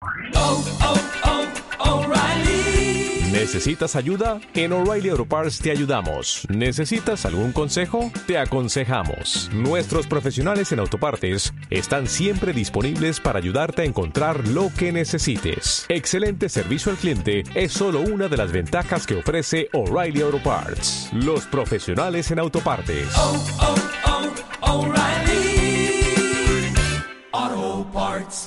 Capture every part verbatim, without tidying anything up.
oh, oh, oh, O'Reilly. ¿Necesitas ayuda? En O'Reilly Auto Parts te ayudamos. ¿Necesitas algún consejo? Te aconsejamos. Nuestros profesionales en autopartes están siempre disponibles para ayudarte a encontrar lo que necesites. Excelente servicio al cliente es solo una de las ventajas que ofrece O'Reilly Auto Parts. Los profesionales en autopartes. Oh, oh, oh, O'Reilly Auto Parts.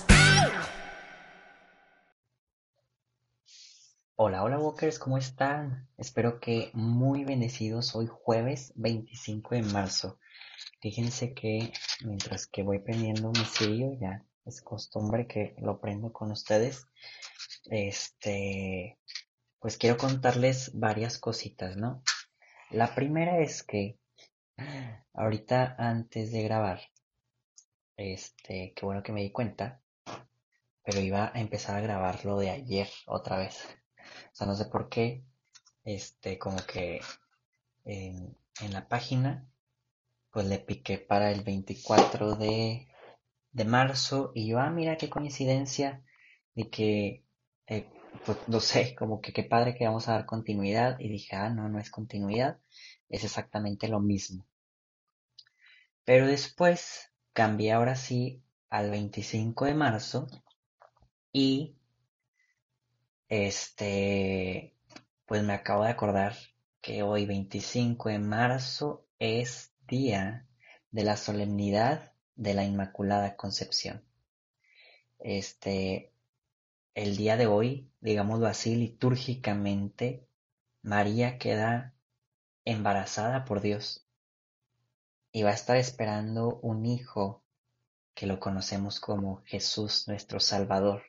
Hola, hola Walkers, ¿cómo están? Espero que muy bendecidos hoy jueves veinticinco de marzo. Fíjense que mientras que voy prendiendo mi cirio, ya es costumbre que lo prendo con ustedes, este, pues quiero contarles varias cositas, ¿no? La primera es que ahorita antes de grabar, este, qué bueno que me di cuenta, pero iba a empezar a grabar lo de ayer otra vez. O sea, no sé por qué, este, como que en, en la página, pues le piqué para el veinticuatro de, de marzo y yo, ah, mira qué coincidencia de que, eh, pues no sé, como que qué padre que vamos a dar continuidad y dije, ah, no, no es continuidad, es exactamente lo mismo. Pero después cambié ahora sí al veinticinco de marzo y este, pues me acabo de acordar que hoy veinticinco de marzo es día de la solemnidad de la Inmaculada Concepción. Este, el día de hoy, digámoslo así, litúrgicamente, María queda embarazada por Dios y va a estar esperando un hijo que lo conocemos como Jesús nuestro Salvador.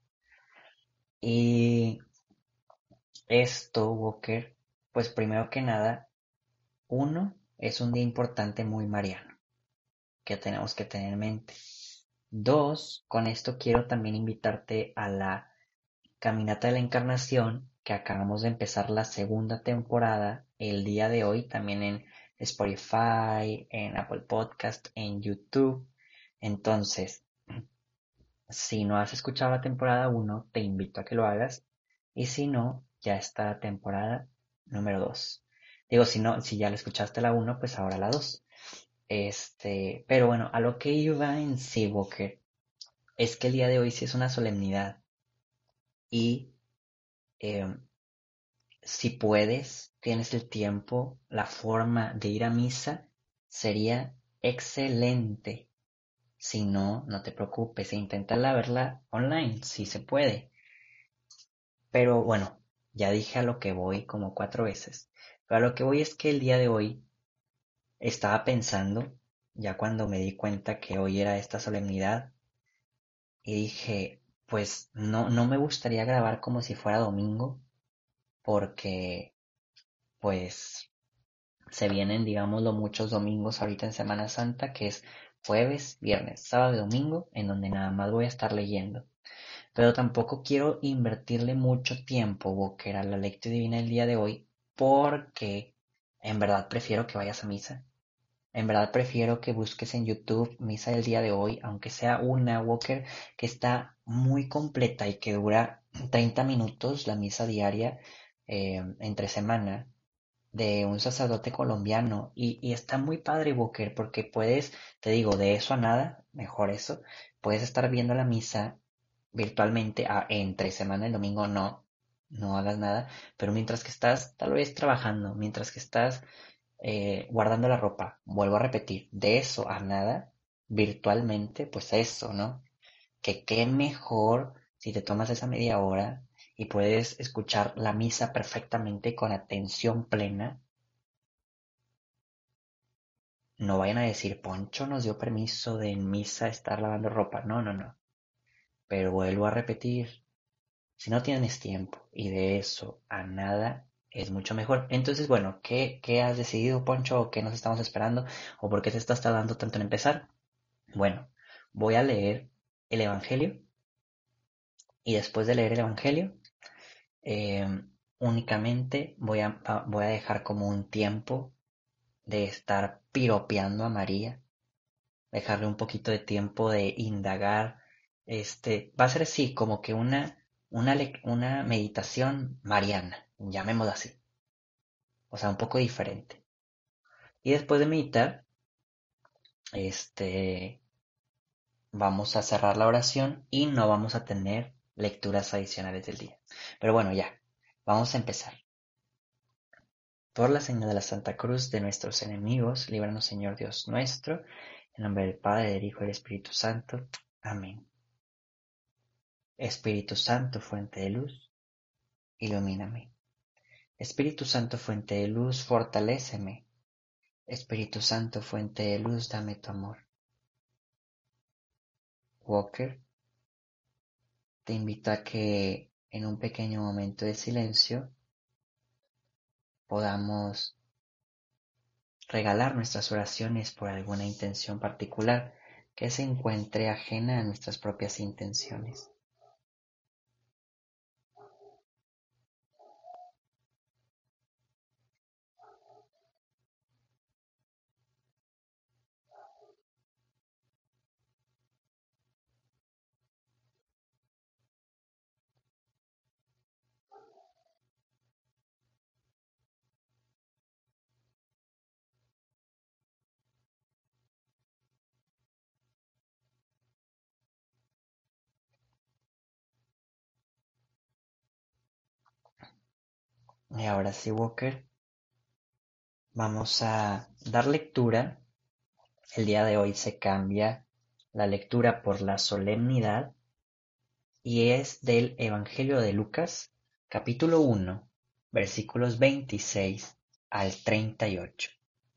Y esto, Walker, pues primero que nada, uno, es un día importante muy mariano, que tenemos que tener en mente. Dos, con esto quiero también invitarte a la Caminata de la Encarnación, que acabamos de empezar la segunda temporada el día de hoy, también en Spotify, en Apple Podcast, en YouTube. Entonces, si no has escuchado la temporada uno, te invito a que lo hagas. Y si no, ya está la temporada número dos. Digo, si no, si ya la escuchaste la uno, pues ahora la dos. Este, pero bueno, a lo que iba en sí, Walker, es que el día de hoy sí es una solemnidad. Y eh, si puedes, tienes el tiempo, la forma de ir a misa, sería excelente. Si no, no te preocupes, e intenta verla online, si se puede. Pero bueno, ya dije a lo que voy como cuatro veces. Pero a lo que voy es que el día de hoy estaba pensando, ya cuando me di cuenta que hoy era esta solemnidad, y dije, pues no, no me gustaría grabar como si fuera domingo, porque pues se vienen, digámoslo, muchos domingos ahorita en Semana Santa, que es jueves, viernes, sábado y domingo, en donde nada más voy a estar leyendo. Pero tampoco quiero invertirle mucho tiempo, Walker, a la lectura divina el día de hoy, porque en verdad prefiero que vayas a misa. En verdad prefiero que busques en YouTube misa del día de hoy, aunque sea una, Walker, que está muy completa y que dura treinta minutos la misa diaria eh, entre semana de un sacerdote colombiano y, y está muy padre, Walker, porque puedes, te digo, de eso a nada, mejor eso, puedes estar viendo la misa virtualmente a, entre semana el domingo no, no hagas nada, pero mientras que estás tal vez trabajando, mientras que estás eh, guardando la ropa, vuelvo a repetir, de eso a nada, virtualmente, pues eso, ¿no? Que qué mejor si te tomas esa media hora y puedes escuchar la misa perfectamente con atención plena. No vayan a decir, Poncho nos dio permiso de en misa estar lavando ropa. No, no, no. Pero vuelvo a repetir, si no tienes tiempo y de eso a nada, es mucho mejor. Entonces, bueno, ¿qué, qué has decidido, Poncho? ¿O qué nos estamos esperando? ¿O por qué te estás tardando tanto en empezar? Bueno, voy a leer el Evangelio y después de leer el Evangelio, eh, únicamente voy a, a- voy a dejar como un tiempo de estar piropeando a María, dejarle un poquito de tiempo de indagar Este, va a ser así, como que una, una, lec- una meditación mariana, llamémoslo así. O sea, un poco diferente. Y después de meditar, este, vamos a cerrar la oración y no vamos a tener lecturas adicionales del día. Pero bueno, ya, vamos a empezar. Por la señal de la Santa Cruz de nuestros enemigos, líbranos Señor Dios nuestro, en nombre del Padre, del Hijo y del Espíritu Santo. Amén. Espíritu Santo, fuente de luz, ilumíname. Espíritu Santo, fuente de luz, fortaléceme. Espíritu Santo, fuente de luz, dame tu amor. Walker, te invito a que en un pequeño momento de silencio podamos regalar nuestras oraciones por alguna intención particular que se encuentre ajena a nuestras propias intenciones. Y ahora sí, Walker, vamos a dar lectura. El día de hoy se cambia la lectura por la solemnidad y es del Evangelio de Lucas, capítulo uno, versículos veintiséis al treinta y ocho.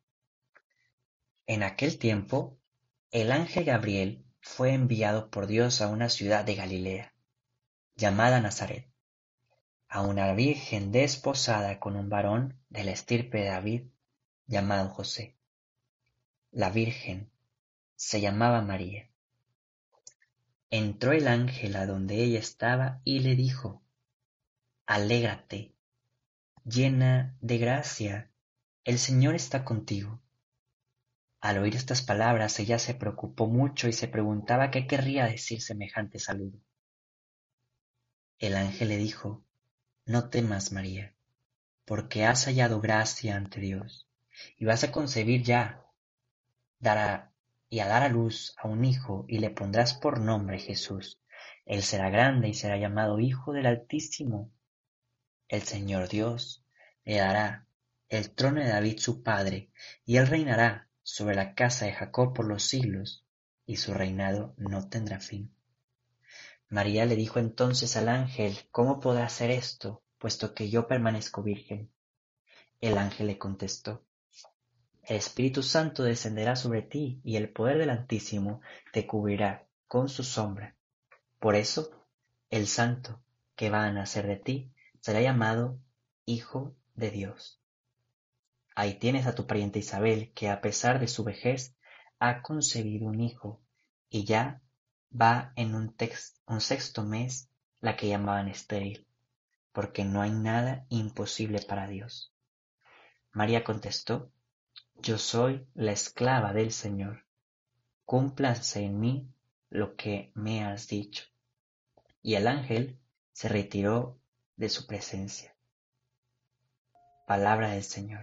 En aquel tiempo, el ángel Gabriel fue enviado por Dios a una ciudad de Galilea, llamada Nazaret, a una virgen desposada con un varón de la estirpe de David, llamado José. La virgen se llamaba María. Entró el ángel a donde ella estaba y le dijo: Alégrate, llena de gracia, el Señor está contigo. Al oír estas palabras, ella se preocupó mucho y se preguntaba qué querría decir semejante saludo. El ángel le dijo: No temas, María, porque has hallado gracia ante Dios, y vas a concebir ya, dará y a dar a luz a un hijo, y le pondrás por nombre Jesús. Él será grande y será llamado Hijo del Altísimo. El Señor Dios le dará el trono de David su padre, y él reinará sobre la casa de Jacob por los siglos, y su reinado no tendrá fin. María le dijo entonces al ángel: ¿Cómo podrá hacer esto, puesto que yo permanezco virgen? El ángel le contestó: El Espíritu Santo descenderá sobre ti, y el poder del Altísimo te cubrirá con su sombra. Por eso, el santo que va a nacer de ti será llamado Hijo de Dios. Ahí tienes a tu pariente Isabel, que a pesar de su vejez ha concebido un hijo, y ya va en un, tex- un sexto mes, la que llamaban estéril, porque no hay nada imposible para Dios. María contestó: Yo soy la esclava del Señor, cúmplase en mí lo que me has dicho. Y el ángel se retiró de su presencia. Palabra del Señor.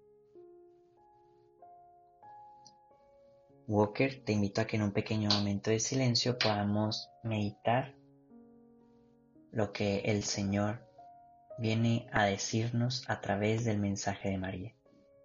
Walker, te invito a que en un pequeño momento de silencio podamos meditar lo que el Señor viene a decirnos a través del mensaje de María.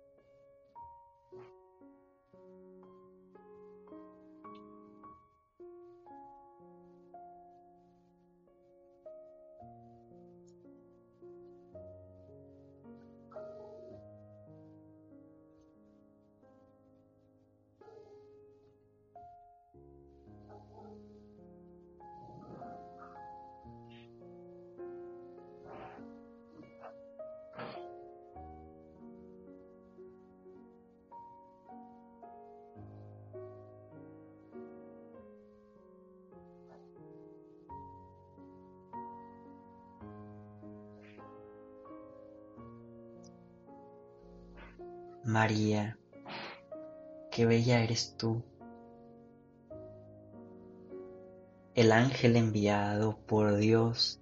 María, qué bella eres tú. el ángel enviado por Dios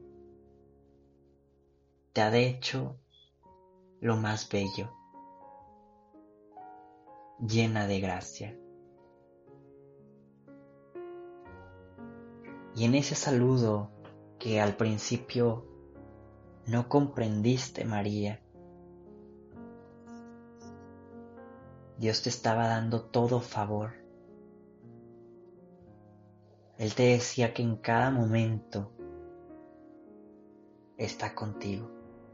te ha hecho lo más bello, llena de gracia. Y en ese saludo que al principio no comprendiste, María, Dios te estaba dando todo favor. Él te decía que en cada momento está contigo.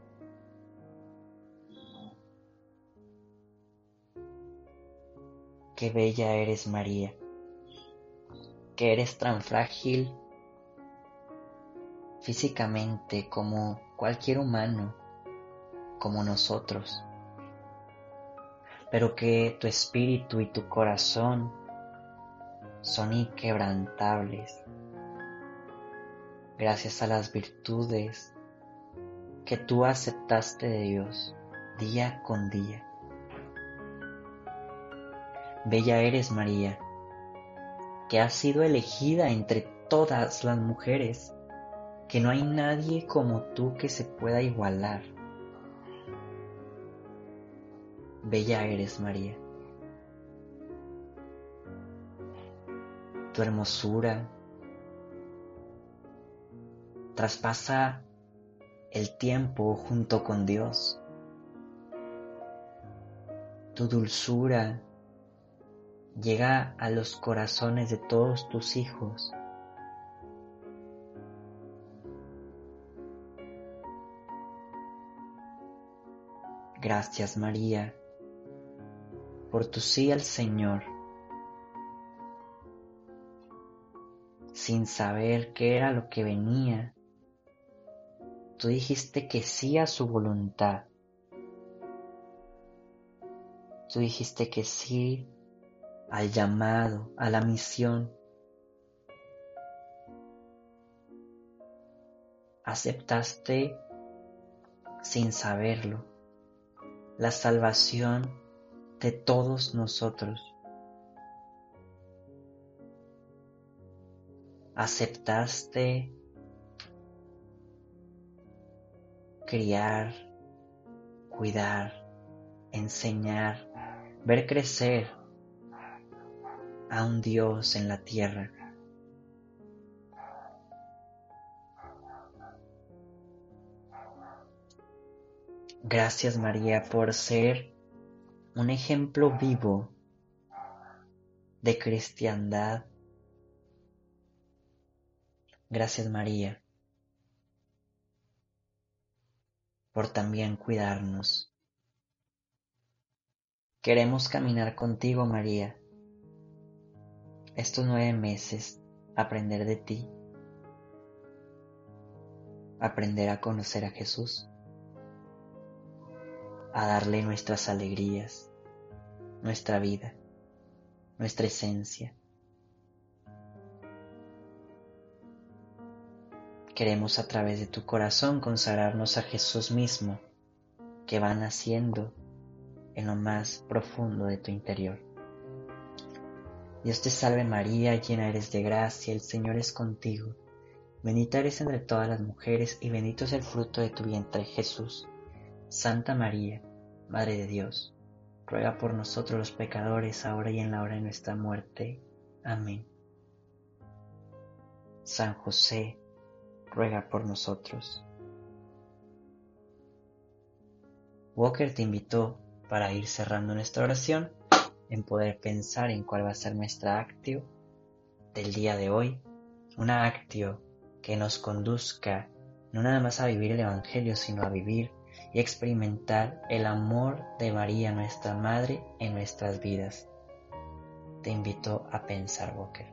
Qué bella eres, María, que eres tan frágil físicamente como cualquier humano, como nosotros, pero que tu espíritu y tu corazón son inquebrantables gracias a las virtudes que tú aceptaste de Dios día con día. Bella eres, María, que has sido elegida entre todas las mujeres, que no hay nadie como tú que se pueda igualar. Bella eres, María. Tu hermosura traspasa el tiempo junto con Dios. Tu dulzura llega a los corazones de todos tus hijos. Gracias, María, por tu sí al Señor, sin saber qué era lo que venía. Tú dijiste que sí a su voluntad. Tú dijiste que sí al llamado, a la misión. Aceptaste sin saberlo la salvación de todos nosotros. Aceptaste criar, cuidar, enseñar, ver crecer a un Dios en la tierra. Gracias, María, por ser un ejemplo vivo de cristiandad. Gracias, María, por también cuidarnos. Queremos caminar contigo, María, estos nueve meses, aprender de ti, aprender a conocer a Jesús, a darle nuestras alegrías, nuestra vida, nuestra esencia. Queremos a través de tu corazón consagrarnos a Jesús mismo, que va naciendo en lo más profundo de tu interior. Dios te salve María, llena eres de gracia, el Señor es contigo. Bendita eres entre todas las mujeres y bendito es el fruto de tu vientre, Jesús. Santa María, Madre de Dios, ruega por nosotros los pecadores, ahora y en la hora de nuestra muerte. Amén. San José, ruega por nosotros. Walker te invitó, para ir cerrando nuestra oración, en poder pensar en cuál va a ser nuestra actio del día de hoy. Una actio que nos conduzca no nada más a vivir el Evangelio, sino a vivir y experimentar el amor de María, nuestra Madre, en nuestras vidas. Te invito a pensar, Walker.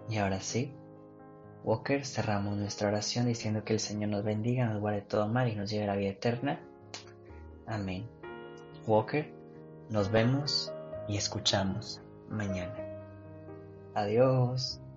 Y ahora sí, Walker, cerramos nuestra oración diciendo que el Señor nos bendiga, nos guarde todo mal y nos lleve a la vida eterna. Amén. Walker, nos vemos y escuchamos mañana. Adiós.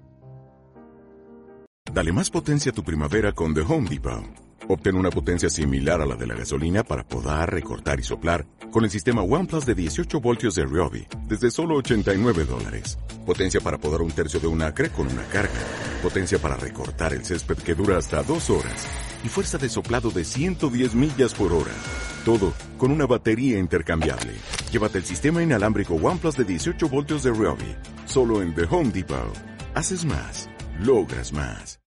Dale más potencia a tu primavera con The Home Depot. Obtén una potencia similar a la de la gasolina para podar, recortar y soplar con el sistema OnePlus de dieciocho voltios de Ryobi desde solo ochenta y nueve dólares. Potencia para podar un tercio de un acre con una carga. Potencia para recortar el césped que dura hasta dos horas. Y fuerza de soplado de ciento diez millas por hora. Todo con una batería intercambiable. Llévate el sistema inalámbrico OnePlus de dieciocho voltios de Ryobi. Solo en The Home Depot. Haces más. Logras más.